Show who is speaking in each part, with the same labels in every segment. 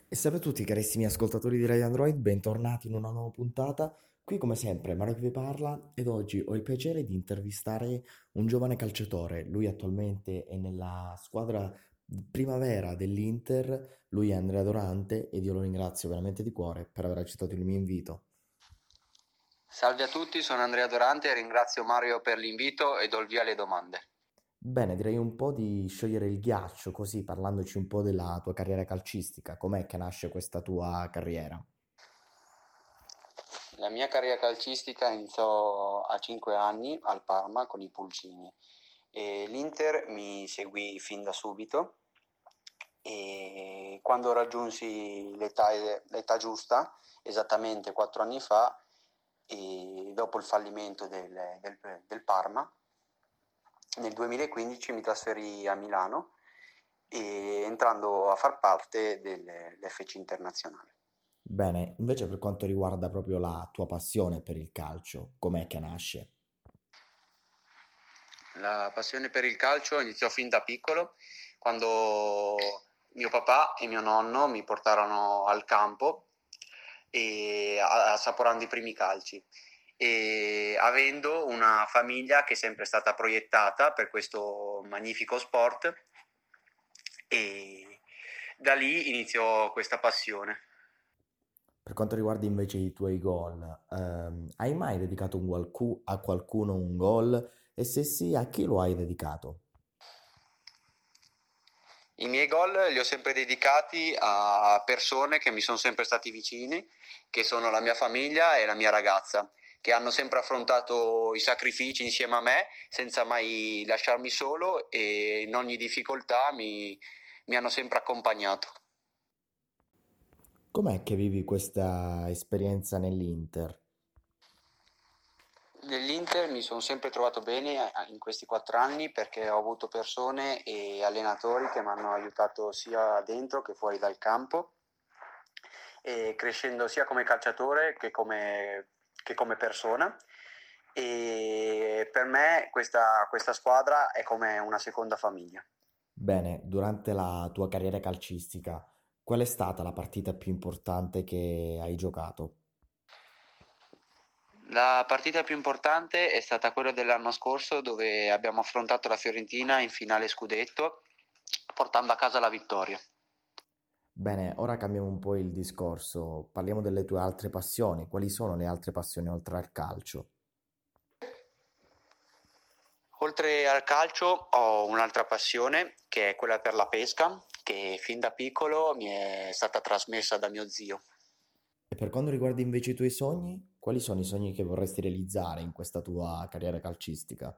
Speaker 1: E salve a tutti carissimi ascoltatori di Radio Android, bentornati in una nuova puntata. Qui come sempre Mario che vi parla ed oggi ho il piacere di intervistare un giovane calciatore. Lui attualmente è nella squadra primavera dell'Inter, lui è Andrea Dorante ed io lo ringrazio veramente di cuore per aver accettato il mio invito.
Speaker 2: Salve a tutti, sono Andrea Dorante e ringrazio Mario per l'invito e do il via alle domande.
Speaker 1: Bene, direi un po' di sciogliere il ghiaccio, così parlandoci un po' della tua carriera calcistica. Com'è che nasce questa tua carriera?
Speaker 2: La mia carriera calcistica iniziò a 5 anni al Parma con i Pulcini e l'Inter mi seguì fin da subito e quando raggiunsi l'età giusta, esattamente 4 anni fa, e dopo il fallimento del Parma, nel 2015 mi trasferì a Milano e entrando a far parte dell'FC Internazionale.
Speaker 1: Bene, invece per quanto riguarda proprio la tua passione per il calcio, com'è che nasce?
Speaker 2: La passione per il calcio iniziò fin da piccolo, quando mio papà e mio nonno mi portarono al campo e assaporando i primi calci. E avendo una famiglia che è sempre stata proiettata per questo magnifico sport, e da lì iniziò questa passione.
Speaker 1: Per quanto riguarda invece i tuoi gol, hai mai dedicato a qualcuno un gol? E se sì, a chi lo hai dedicato?
Speaker 2: I miei gol li ho sempre dedicati a persone che mi sono sempre stati vicini, che sono la mia famiglia e la mia ragazza, che hanno sempre affrontato i sacrifici insieme a me senza mai lasciarmi solo e in ogni difficoltà mi hanno sempre accompagnato.
Speaker 1: Com'è che vivi questa esperienza nell'Inter?
Speaker 2: Nell'Inter mi sono sempre trovato bene in questi 4 anni perché ho avuto persone e allenatori che mi hanno aiutato sia dentro che fuori dal campo, e crescendo sia come calciatore che come persona. E per me questa squadra è come una seconda famiglia.
Speaker 1: Bene, durante la tua carriera calcistica, qual è stata la partita più importante che hai giocato?
Speaker 2: La partita più importante è stata quella dell'anno scorso dove abbiamo affrontato la Fiorentina in finale scudetto portando a casa la vittoria.
Speaker 1: Bene, ora cambiamo un po' il discorso, parliamo delle tue altre passioni. Quali sono le altre passioni oltre al calcio?
Speaker 2: Oltre al calcio ho un'altra passione che è quella per la pesca, che fin da piccolo mi è stata trasmessa da mio zio.
Speaker 1: E per quanto riguarda invece i tuoi sogni, quali sono i sogni che vorresti realizzare in questa tua carriera calcistica?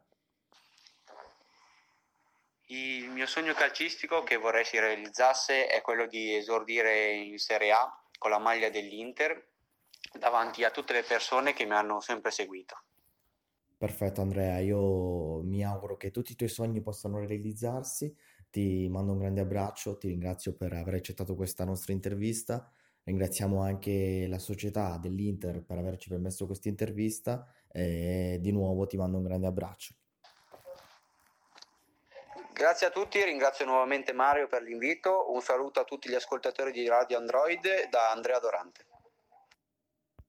Speaker 2: Il mio sogno calcistico che vorrei si realizzasse è quello di esordire in Serie A con la maglia dell'Inter davanti a tutte le persone che mi hanno sempre seguito.
Speaker 1: Perfetto Andrea, io mi auguro che tutti i tuoi sogni possano realizzarsi, ti mando un grande abbraccio, ti ringrazio per aver accettato questa nostra intervista, ringraziamo anche la società dell'Inter per averci permesso questa intervista e di nuovo ti mando un grande abbraccio.
Speaker 2: Grazie a tutti, ringrazio nuovamente Mario per l'invito, un saluto a tutti gli ascoltatori di Radio Android da Andrea Dorante.